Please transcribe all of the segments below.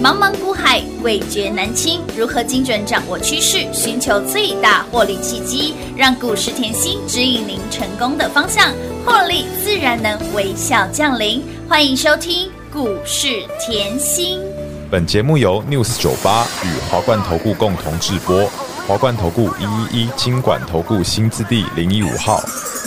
茫茫股海，味觉难清。如何精准掌握趋势，寻求最大获利契机，让股市甜心指引您成功的方向，获利自然能微笑降临。欢迎收听股市甜心。 本节目由 News 98与华冠投顾共同制播，华冠投顾111金管投顾新字第015号。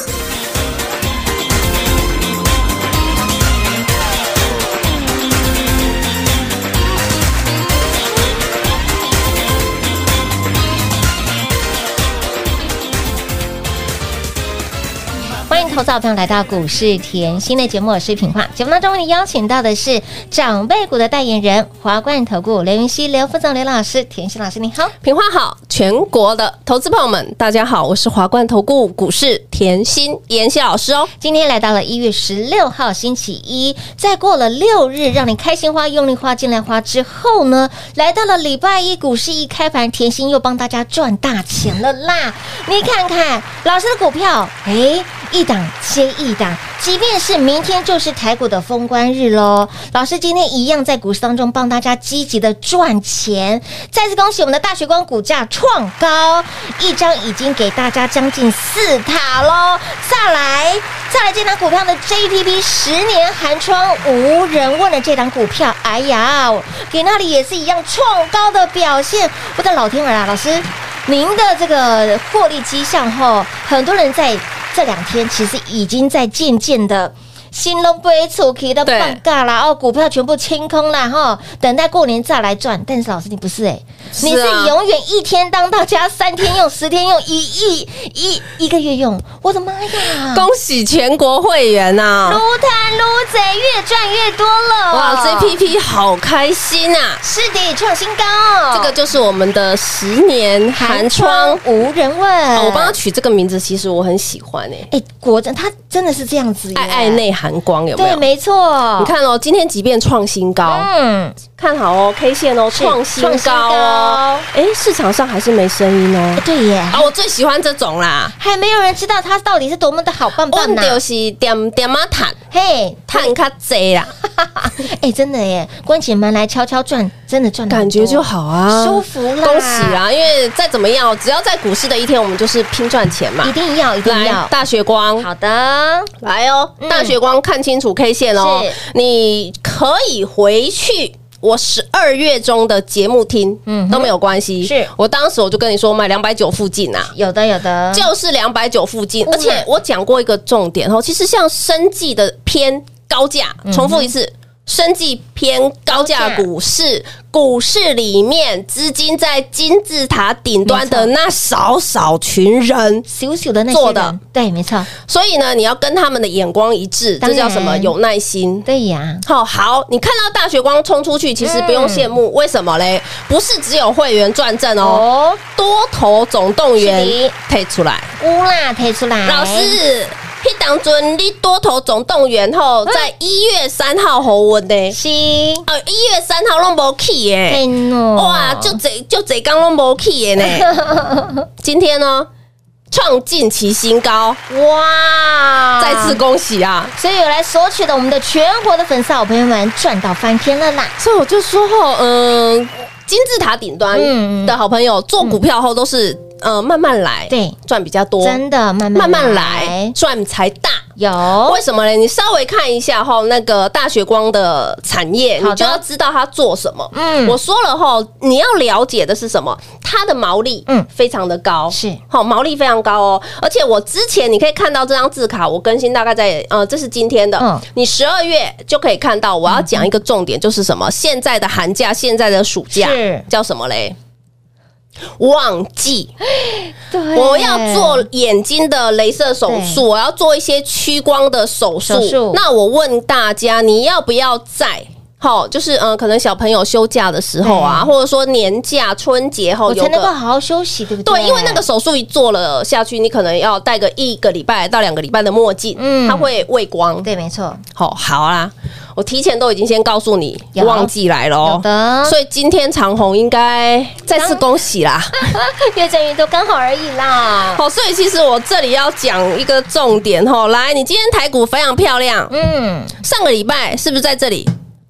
投资好朋友来到股市甜心的节目，我是品化。节目当中为你邀请到的是长辈股的代言人华冠投顾刘云熙、刘副总、刘老师。甜心老师你好。 品化好，全国的投资朋友们大家好，我是华冠投顾股市甜心妍希老师哦。 今天来到了1月16号星期一，再过了6日，让你开心花、用力花、尽量花之后呢，来到了礼拜一，股市一开盘，甜心又帮大家赚大钱了啦！你看看老师的股票，一档接一档，即便是明天就是台股的封关日咯，老师今天一样在股市当中帮大家积极的赚钱。再次恭喜我们的大学光股价创高，一张已经给大家将近4塔咯。再来这档股票的 JPP 10年寒窗无人问的这档股票，哎呀，给那里也是一样创高的表现。我的老天儿啊，老师您的这个获利绩效后，很多人在这2天其实已经在渐渐的心都不会出去的放假啦，股票全部清空啦，等待过年再来赚。但是老师你不是你是永远1天当大家3天用、10天用、1亿1个月用，我的妈呀！ 恭喜全国会员啊， 撸贪撸贼，越赚越多了。 哇 ，JPP 好开心啊！ 是的，创新高。 这个就是我们的10年寒窗无人问。 我帮他取这个名字，其实我很喜欢果真他真的是这样子， 爱内含光，有没有？ 对，没错。 你看今天即便创新高，看好K 线创新高哦。市场上还是没声音哦。 对耶。 我最喜欢这种啦， 还没有人知道它到底是多么的好棒棒呢。 就是点点啊探，探较济啦。 真的耶，关起门来悄悄赚，真的赚得感觉就好啊， 舒服啦， 恭喜啦！因为再怎么样，只要在股市的一天，我们就是拼赚钱嘛， 一定要。 大学光， 好的， 来哦，大学光看清楚 K 线哦，你可以回去我12月中的节目听，都没有关系。是我当时我就跟你说买290附近啊， 有的， 就是290附近，而且我讲过一个重点哦，其实像生技的偏高价，重复一次。生技偏高价股市，股市里面资金在金字塔顶端的那少群人的那做的，对，没错。 所以呢，你要跟他们的眼光一致，这叫什么？有耐心。 对呀。 好，你看到大学光冲出去，其实不用羡慕，为什么嘞？不是只有会员赚正哦，多头总动员推出来， 推出来， 老师。迄当阵你多头总动员后，在1月3号好运呢，是1月3号拢无起耶，哇，就这刚拢无起耶呢。今天呢，创近期新高，哇！再次恭喜啊！ 所以有来索取的我们的全国的粉丝好朋友们赚到翻天了啦！ 所以我就说金字塔顶端的好朋友做股票后都是。慢慢来， 对， 赚比较多， 真的慢慢来， 赚才大。 有为什么呢？你稍微看一下那个大学光的产业，你就要知道它做什么。我说了你要了解的是什么？它的毛利非常的高， 是毛利非常高哦。而且我之前你可以看到这张字卡，我更新大概在这是今天的，你12月就可以看到。我要讲一个重点，就是什么？现在的寒假，现在的暑假叫什么嘞？旺季，我要做眼睛的雷射手术，我要做一些屈光的手术。那我问大家，你要不要在就是可能小朋友休假的时候啊，或者说年假、春节后， 我才能够好好休息，对不对？ 对，因为那个手术一做了下去，你可能要戴个1个礼拜到2个礼拜的墨镜，它会畏光。 对，没错。 好啦，我提前都已经先告诉你，旺季来了哦。 有的， 所以今天长虹应该再次恭喜啦， 越赚越多，刚好而已啦。 所以其实我这里要讲一个重点来，你今天台股非常漂亮，上个礼拜是不是在这里？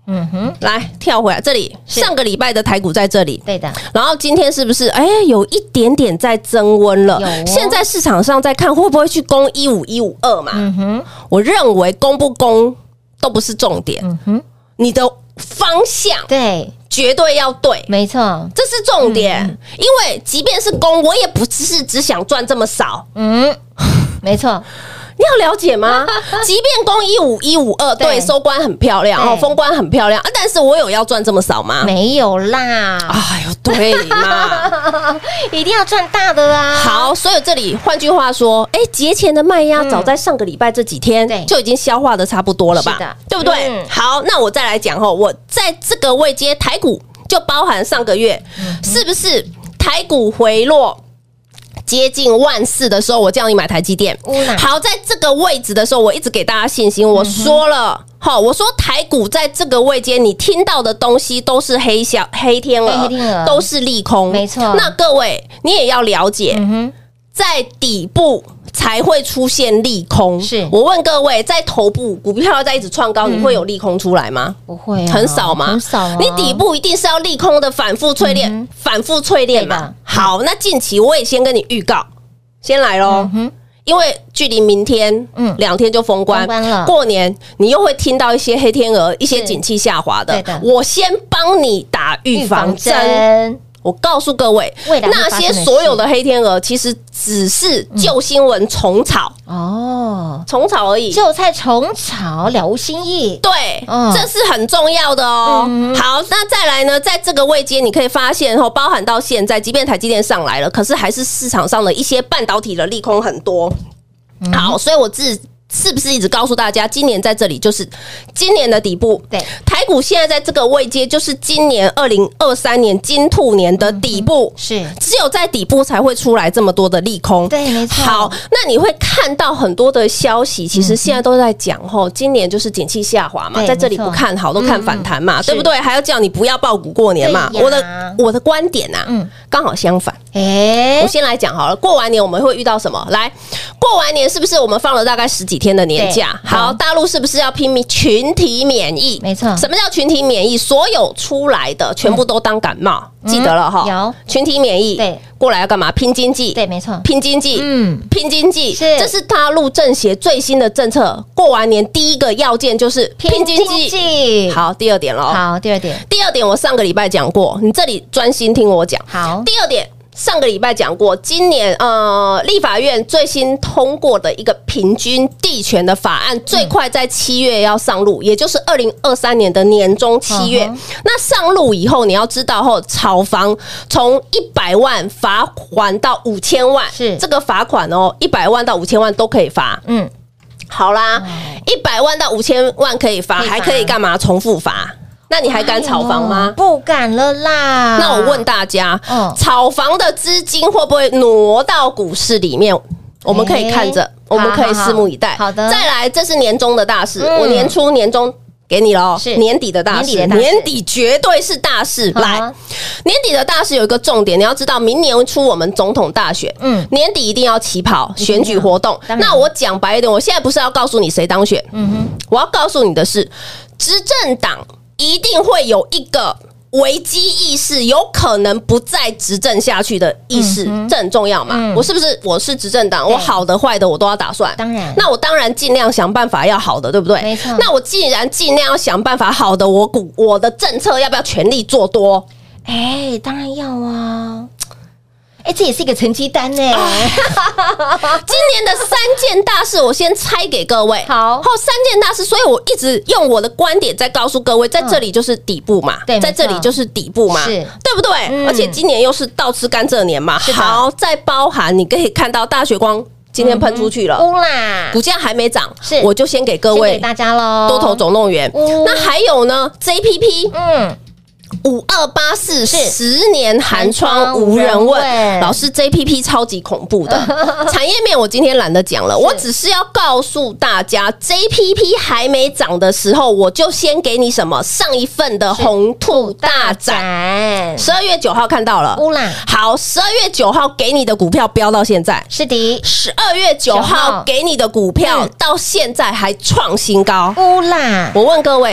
来跳回来这里，上个礼拜的台股在这里， 对的， 然后今天是不是有一点点在增温了？现在市场上在看会不会去攻15152嘛？我认为攻不攻都不是重点，你的方向对， 绝对要对， 没错， 这是重点。因为即便是攻，我也不是只想赚这么少， 没错。 你要了解吗？即便攻15152，对，收官很漂亮，封关很漂亮，但是我有要赚这么少吗？ 没有啦。 哎呦，对嘛， 一定要赚大的啦。 好，所以这里换句话说，节前的卖压早在上个礼拜这几天就已经消化的差不多了吧？ 是的， 对不对？好，那我再来讲我在这个位阶台股就包含上个月，是不是台股回落？接近14000的时候，我叫你买台积电。好，在这个位置的时候，我一直给大家信心。我说了，我说台股在这个位阶，你听到的东西都是黑天鹅，都是利空， 没错。 那各位，你也要了解，在底部才会出现利空。 是我问各位，在头部股票在一直创高，你会有利空出来吗？ 不会， 很少吗？ 很少。 你底部一定是要利空的，反复淬炼，反复淬炼嘛。好，那近期我也先跟你预告，先来咯。因为距离明天2天就封关了，过年你又会听到一些黑天鹅、一些景气下滑的。我先帮你打预防针。我告诉各位，那些所有的黑天鹅其实只是旧新闻重炒重炒而已， 韭菜重炒了无新意。 对，这是很重要的哦。好，那再来呢，在这个位阶你可以发现包含到现在，即便台积电上来了，可是还是市场上的一些半导体的利空很多。好，所以我是不是一直告诉大家，今年在这里就是今年的底部？对，台股现在在这个位阶，就是今年2023年金兔年的底部，是只有在底部才会出来这么多的利空。 对，没错。 好，那你会看到很多的消息，其实现在都在讲今年就是景气下滑嘛，在这里不看好，都看反弹嘛，对不对？还要叫你不要抱股过年嘛。我的观点啊，刚好相反。我先来讲好了，过完年我们会遇到什么？来，过完年是不是我们放了大概10几天的年假？好，大陆是不是要拼命群体免疫？ 没错。 什么叫群体免疫？所有出来的全部都当感冒，记得了哈。 有群体免疫，对，过来要干嘛？拼经济， 对，没错， 拼经济，拼经济，这是大陆政协最新的政策。过完年第一个要件就是拼经济。好，第二点咯。 好，第二点， 我上个礼拜讲过，你这里专心听我讲。 好， 第二点。上个礼拜讲过，今年立法院最新通过的一个平均地权的法案，最快在7月要上路，也就是2023年的年中7月。那上路以后，你要知道炒房从100万罚款到5000万，是这个罚款100万到5000万都可以罚。好啦，100万到5000万可以罚，还可以干嘛？重复罚。那你还敢炒房吗？ 不敢了啦。 那我问大家，炒房的资金会不会挪到股市里面？我们可以看着，我们可以拭目以待。 好的， 再来，这是年终的大事，我年初年终给你了，是年底的大事，年底绝对是大事。来，年底的大事有一个重点，你要知道，明年初我们总统大选，年底一定要起跑选举活动。那我讲白一点，我现在不是要告诉你谁当选，我要告诉你的是，执政党一定会有一个危机意识，有可能不再执政下去的意识，这很重要嘛。我是执政党，我好的坏的我都要打算。 当然， 那我当然尽量想办法要好的，对不对？ 没错。 那我既然尽量要想办法好的，我的政策要不要全力做多？ 当然要啊。这也是一个成绩单呢。今年的3件大事，我先拆给各位。 好 ，3件大事，所以我一直用我的观点在告诉各位，在这里就是底部嘛，在这里就是底部嘛，对不对？而且今年又是倒吃甘蔗年嘛。好，再包含你可以看到大雪光今天喷出去了，股价还没涨，我就先给各位大家喽， 多头总动员。那还有呢 ，JPP，5284是10年寒窗无人问，老师 JPP 超级恐怖的产业面，我今天懒得讲了，我只是要告诉大家 JPP 还没涨的时候，我就先给你什么上一份的红兔大展，12月9号看到了，好，12月9号给你的股票飙到现在， 是的 ，12月9号给你的股票到现在还创新高， 我问各位。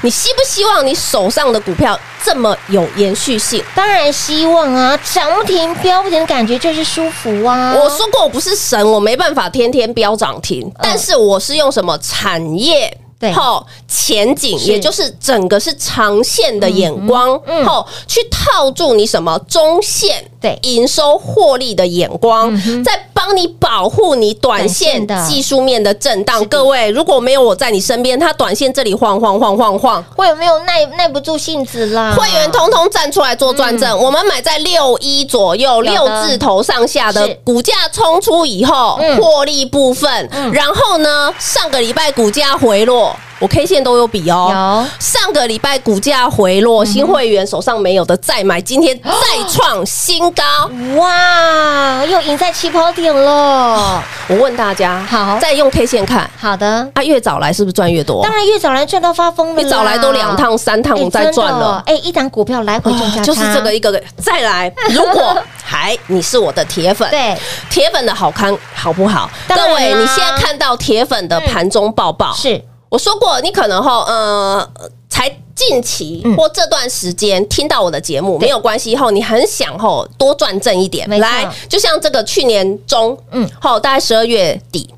你希不希望你手上的股票这么有延续性？ 当然希望啊，涨不停、飙不停的感觉就是舒服啊。 我说过我不是神，我没办法天天飙涨停，但是我是用什么产业？后前景，也就是整个是长线的眼光，后去套住你什么中线营收获利的眼光，再帮你保护你短线技术面的震荡。各位，如果没有我在你身边，它短线这里晃， 会有没有耐不住性子啦？ 会员通通站出来做转正。我们买在61左右，6字头上下的股价冲出以后，获利部分，然后呢，上个礼拜股价回落。我 K 线都有比哦，上个礼拜股价回落，新会员手上没有的再买，今天再创新高， 哇，又赢在起跑点了。 我问大家，好，再用 K 线看， 好的， 越早来是不是赚越多？ 当然越早来赚到发疯了， 越早来都2趟3趟我再赚了， 一档股票来回赚价差， 就是这个一个再来。如果你是我的铁粉， 对铁粉的好看好不好？各位，你现在看到铁粉的盘中报报是。我说过，你可能才近期或这段时间听到我的节目没有关系，你很想多赚正一点，来，就像这个去年中，大概12月底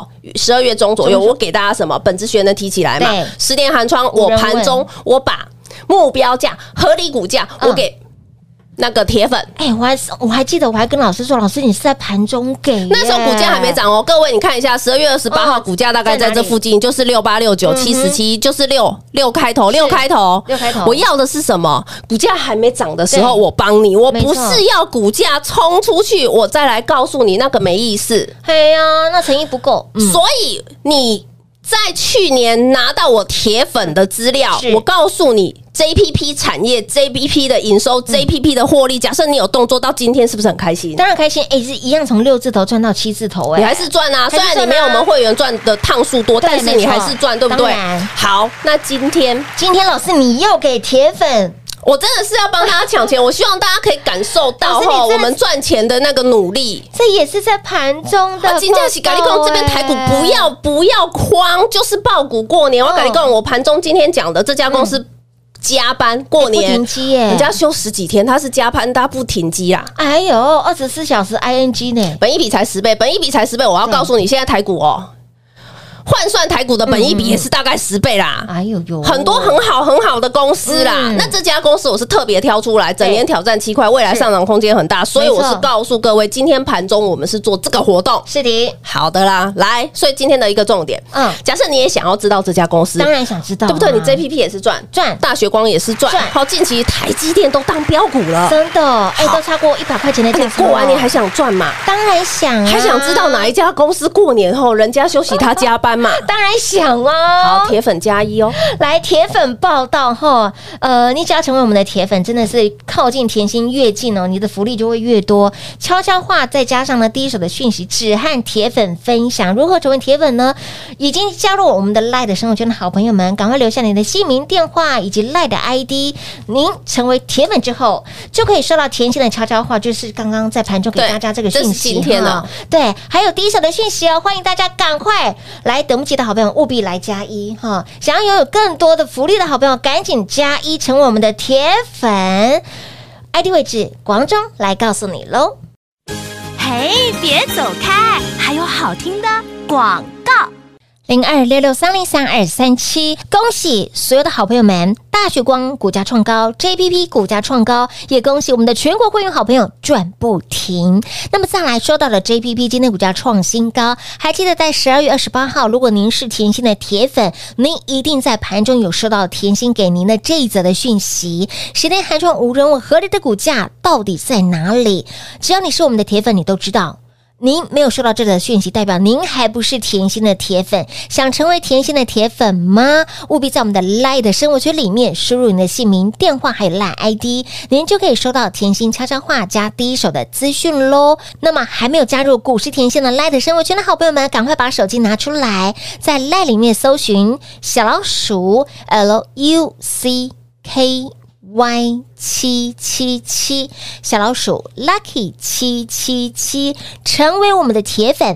，12月中左右，我给大家什么本职学能提起来嘛，10年寒窗，我盘中我把目标价、合理股价，我给。那个铁粉， 我还记得，我还跟老师说，老师你是在盘中给， 那时候股价还没涨哦。各位，你看一下，12月28号股价大概在这附近，就是686977，就是6开头。我要的是什么？股价还没涨的时候，我帮你，我不是要股价冲出去，我再来告诉你那个没意思。 嘿呀，那诚意不够。 所以你在去年拿到我铁粉的资料，我告诉你。JPP 产业 JPP 的营收 JPP 的获利，假设你有动作到今天，是不是很开心？ 当然开心，是一样从6字头赚到7字头， 你还是赚啊！虽然你没有我们会员赚的趟数多，但是你还是赚，对不对？好，那今天老师你又给铁粉。 我真的是要帮大家抢钱，我希望大家可以感受到我们赚钱的那个努力。 这也是在盘中的。 金价喜咖喱控这边台股不要慌，就是抱股过年。我咖喱控，我盘中今天讲的这家公司。加班过年， 不停机耶， 人家休10几天，他是加班，他不停机啦。 哎呦，24小时 ING 呢， 本益比才10倍，我要告诉你，现在台股换算台股的本益比也是大概10倍啦。 哎呦呦， 很多很好的公司啦。那这家公司我是特别挑出来，整年挑战7块，未来上涨空间很大，所以我是告诉各位，今天盘中我们是做这个活动。 是的， 好的啦，来，所以今天的一个重点，假设你也想要知道这家公司， 当然想知道， 对不对？你 JPP 也是赚，大学光也是赚，好，近期台积电都当标股了， 真的，都超过100块钱的价格， 过完年还想赚嘛？ 当然想， 还想知道哪一家公司过年后人家休息他加班嘛？ 当然想哦， 好，铁粉加1哦， 来铁粉报道你只要成为我们的铁粉，真的是靠近甜心越近哦，你的福利就会越多。悄悄话再加上呢第一手的讯息，只和铁粉分享。如何成为铁粉呢？已经加入我们的 LINE 的生活圈的好朋友们，赶快留下你的姓名、电话以及 LINE 的 ID。您成为铁粉之后，就可以收到甜心的悄悄话，就是刚刚在盘中给大家这个讯息。 今天呢， 对，还有第一手的讯息哦，欢迎大家赶快来，等不及的好朋友务必来加1哈！想要拥有更多的福利的好朋友，赶紧加1，成为我们的铁粉。ID 位置广中来告诉你喽。 嘿，别走开，还有好听的广告。 0266303237，恭喜所有的好朋友们，大学光股价创高 ，JPP 股价创高，也恭喜我们的全国会员好朋友赚不停。那么再来说到了 JPP 今天股价创新高，还记得在12月28号，如果您是甜心的铁粉，您一定在盘中有收到甜心给您的这一则的讯息。10年寒窗无人问，合理的股价到底在哪里？只要你是我们的铁粉，你都知道。您没有收到这个讯息，代表您还不是甜心的铁粉。想成为甜心的铁粉吗？务必在我们的 LINE 的生活圈里面输入你的姓名、电话还有 LINE ID， 您就可以收到甜心悄悄话加第一手的资讯咯。那么还没有加入股市甜心的 LINE 的生活圈的好朋友们，赶快把手机拿出来，在 LINE 里面搜寻小老鼠 LUCKY777，小老鼠 Lucky 777，成为我们的铁粉。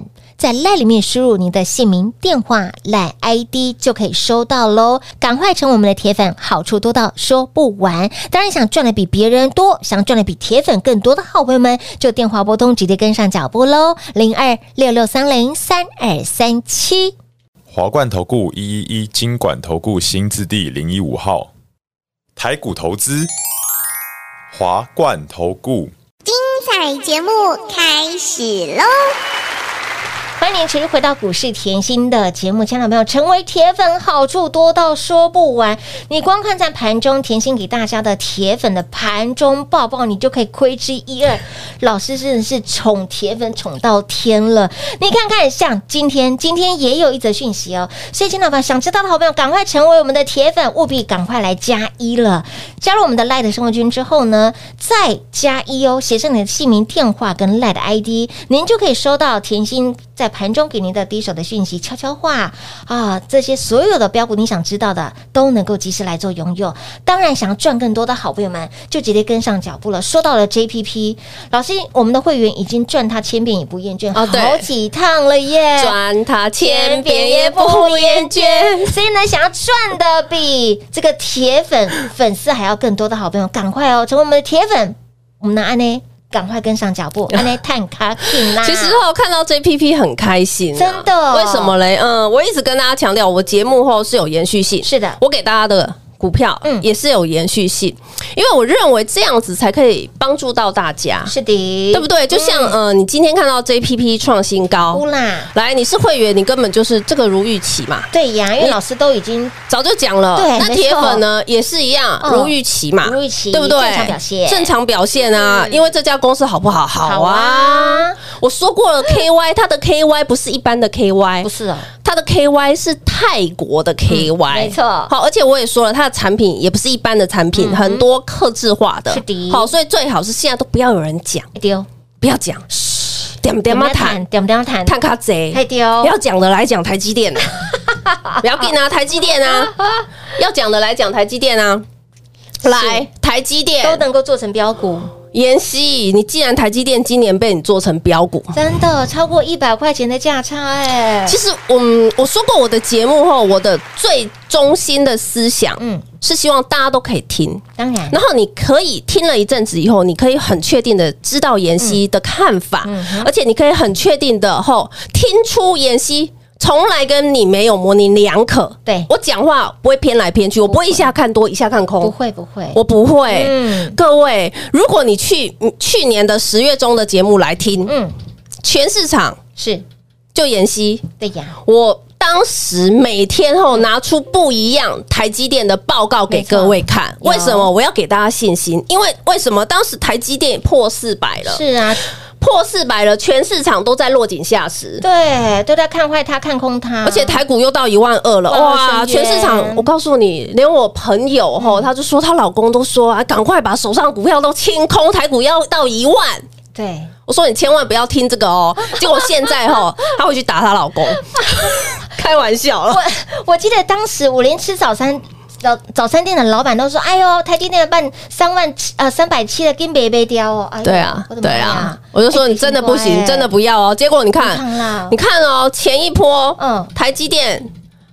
在 LINE 里面输入您的姓名、电话、LINE ID 就可以收到咯。赶快成为我们的铁粉，好处多到说不完。当然想赚的比别人多，想赚的比铁粉更多的好朋友们，就电话拨通直接跟上脚步咯。0266303237。 华冠投顾111金管投顾新字第015号，台股投资，华冠投顾。 彩节目开始喽！ 欢迎您持续回到股市甜心的节目，亲爱的朋友，成为铁粉好处多到说不完。你光看在盘中甜心给大家的铁粉的盘中报报，你就可以窥之一二。老师真的是宠铁粉宠到天了。你看看，像今天也有一则讯息哦，所以亲爱的朋友，想知道的好朋友，赶快成为我们的铁粉，务必赶快来加一了。加入我们的 LINE 的生活圈之后呢，再加一哦，写上你的姓名、电话跟 LINE 的 ID， 您就可以收到甜心在盘中给您的第一手的讯息、悄悄话啊，这些所有的标股你想知道的都能够及时来做拥有。当然，想要赚更多的好朋友们，就直接跟上脚步了。说到了 JPP， 老师，我们的会员已经赚他千遍也不厌倦，好几趟了耶， 赚他千遍也不厌倦。 所以呢，想要赚的比这个铁粉丝还要更多的好朋友，赶快哦，成为我们的铁粉。我们的安呢？赶快跟上脚步，安内探卡品啦！ 其实我看到 JPP 很开心， 真的。 为什么嘞？我一直跟大家强调，我节目后是有延续性。 是的， 我给大家的股票也是有延续性，因为我认为这样子才可以帮助到大家。 是的， 对不对？就像你今天看到 JPP 创新高， 啦， 来，你是会员，你根本就是这个如预期嘛。 对呀，因为老师都已经早就讲了。 对， 那铁粉呢也是一样，如预期嘛， 如预期， 对不对？正常表现啊，因为这家公司好不好？好啊。我说过了 ，KY 它的 KY 不是一般的 KY， 不是哦， 它的 KY 是泰国的 KY， 没错。 好，而且我也说了，它的产品也不是一般的产品，很多客制化的。 是的。 好，所以最好是现在都不要有人讲，不要讲，点谈卡贼，不要讲的来讲台积电，不要紧啊，台积电啊，要讲的来讲台积电啊，来台积电都能够做成标股。 妍希，你既然台积电今年被你做成标股， 真的超过100块钱的价差哎！ 其实我说过我的节目后，我的最中心的思想，是希望大家都可以听， 当然， 然后你可以听了一阵子以后，你可以很确定的知道妍希的看法，而且你可以很确定的听出妍希从来跟你没有模棱两可。 对， 我讲话不会偏来偏去，我不会一下看多一下看空， 不会， 我不会。各位，如果你去年的10月中的节目来听，全市场是就妍希， 对呀， 我当时每天拿出不一样台积电的报告给各位看。为什么我要给大家信心？因为为什么当时台积电破400了？ 是啊。 破400了，全市场都在落井下石， 对，都在看坏它、看空它， 而且台股又到12000了，哇！全市场，我告诉你，连我朋友她就说，她老公都说啊，赶快把手上股票都清空，台股要到10000。 对， 我说你千万不要听这个哦，结果现在她回去打她老公，开玩笑了。 我记得当时我连吃早餐店的老板都说：“哎呦，台积电的办37000的跟别掉哦。” 对啊，对啊，我就说你真的不行，真的不要哦。结果你看哦，前一波台积电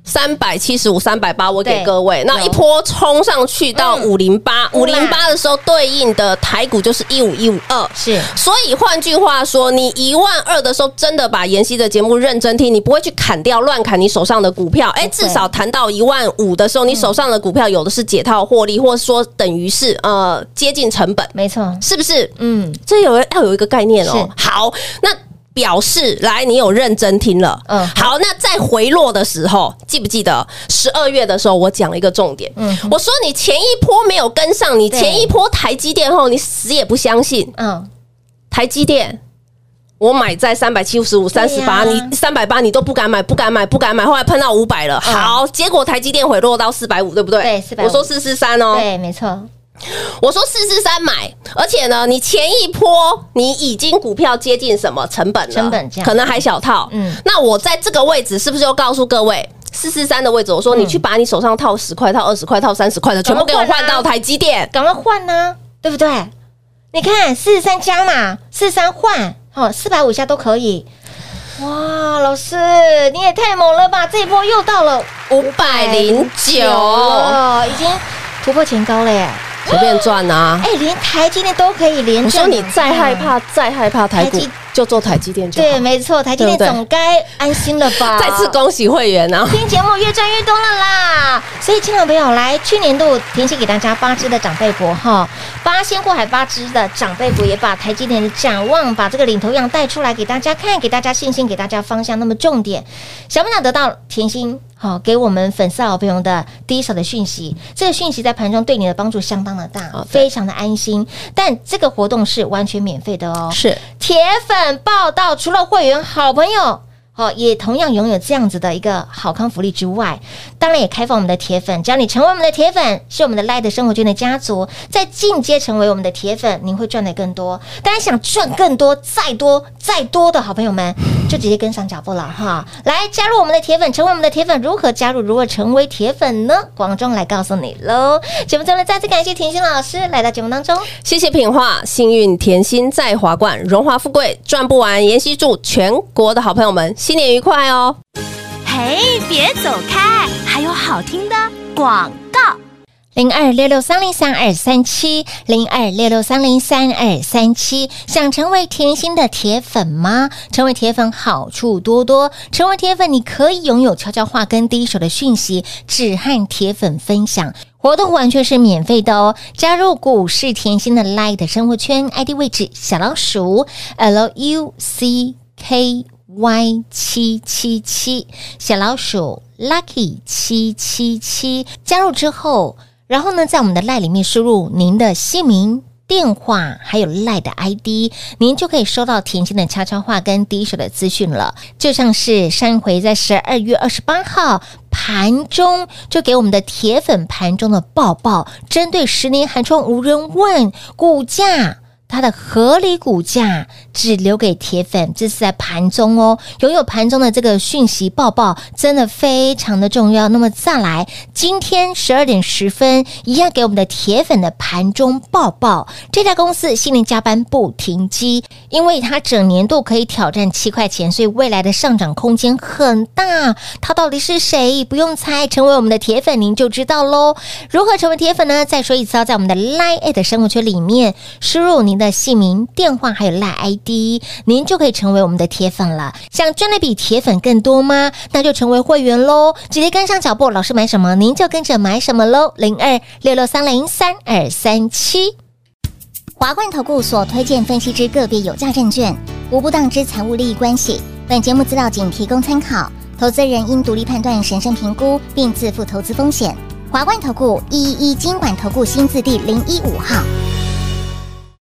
375、380，我给各位，那一波冲上去到508的时候，对应的台股就是15152， 是。 所以换句话说，你12000的时候，真的把妍希的节目认真听，你不会去砍掉、乱砍你手上的股票。至少谈到15000的时候，你手上的股票有的是解套获利，或者说等于是接近成本， 没错， 是不是？这要有一个概念哦。好，那表示来你有认真听了，好，那在回落的时候，记不记得12月的时候我讲了一个重点，我说你前一波没有跟上，你前一波台积电后，你死也不相信，台积电我买在375、38，你380你都不敢买，后来碰到500了，好，结果台积电回落到450，对不对？ 对，450， 我说443哦， 对，没错。 我说443买，而且呢，你前一波你已经股票接近什么成本了？ 成本价可能还小套。那我在这个位置是不是就告诉各位443的位置？我说你去把你手上套10块、套20块、套30块的全部给我换到台积电， 赶快换啊，对不对？你看43加嘛，43换，450下都可以。 哇，老师你也太猛了吧！这一波又到了 509 了，已经突破前高了耶！ 随便赚啊！ 哎，连台积电都可以连你赚。 说你再害怕台股，就做台积电就好。 对，没错，台积电对不对总该安心了吧？ 再次恭喜会员啊！ 听节目越赚越多了啦！所以，亲爱的朋友，来去年度甜心给大家8只的长辈股哈，8仙过海8只的长辈股，也把台积电的展望，把这个领头羊带出来给大家看，给大家信心，给大家方向。那么重点，想不想得到甜心好给我们粉丝好朋友的第一手的讯息？这个讯息在盘中对你的帮助相当的大，非常的安心。但这个活动是完全免费的哦， 是铁粉报道，除了会员好朋友。也同样拥有这样子的一个好康福利之外，当然也开放我们的铁粉，只要你成为我们的铁粉，是我们的赖的生活圈的家族，再进阶成为我们的铁粉，您会赚得更多。当然想赚更多、再多的好朋友们，就直接跟上脚步了哈！来加入我们的铁粉，成为我们的铁粉，如何加入？如何成为铁粉呢？广中来告诉你喽！节目中呢，再次感谢甜心老师来到节目当中， 谢谢品画，幸运甜心在华冠，荣华富贵赚不完。妍希祝全国的好朋友们新年愉快哦！ 嘿，别走开，还有好听的广告。 0266303237，0266303237，想成为甜心的铁粉吗？成为铁粉好处多多，成为铁粉你可以拥有悄悄话跟第一手的讯息，只和铁粉分享。活动完全是免费的哦！加入股市甜心的 LINE 的生活圈 ，ID 位置小老鼠 LUCKY777，小老鼠 Lucky 777，加入之后。然后呢，在我们的 LINE 里面输入您的姓名、电话，还有 LINE 的 ID， 您就可以收到甜心的悄悄话跟第一手的资讯了。就像是上一回在12月28号盘中就给我们的铁粉盘中的报报，针对10年寒窗无人问股价。它的合理股价只留给铁粉，这是在盘中哦，拥有盘中的这个讯息报报，真的非常的重要。那么再来，今天12点10分，一样给我们的铁粉的盘中报报。这家公司新年加班不停机，因为它整年度可以挑战7块钱，所以未来的上涨空间很大。它到底是谁？不用猜，成为我们的铁粉您就知道喽。如何成为铁粉呢？再说一次，在我们的 LINE 的生活圈里面输入您的姓名、电话还有 LINE ID， 您就可以成为我们的铁粉了。想赚的比铁粉更多吗？那就成为会员喽！直接跟上脚步，老师买什么您就跟着买什么喽。0266303237， 华冠投顾所推荐分析之个别有价证券，无不当之财务利益关系。本节目资料仅提供参考，投资人应独立判断、审慎评估，并自负投资风险。华冠投顾111金管投顾新字第015号。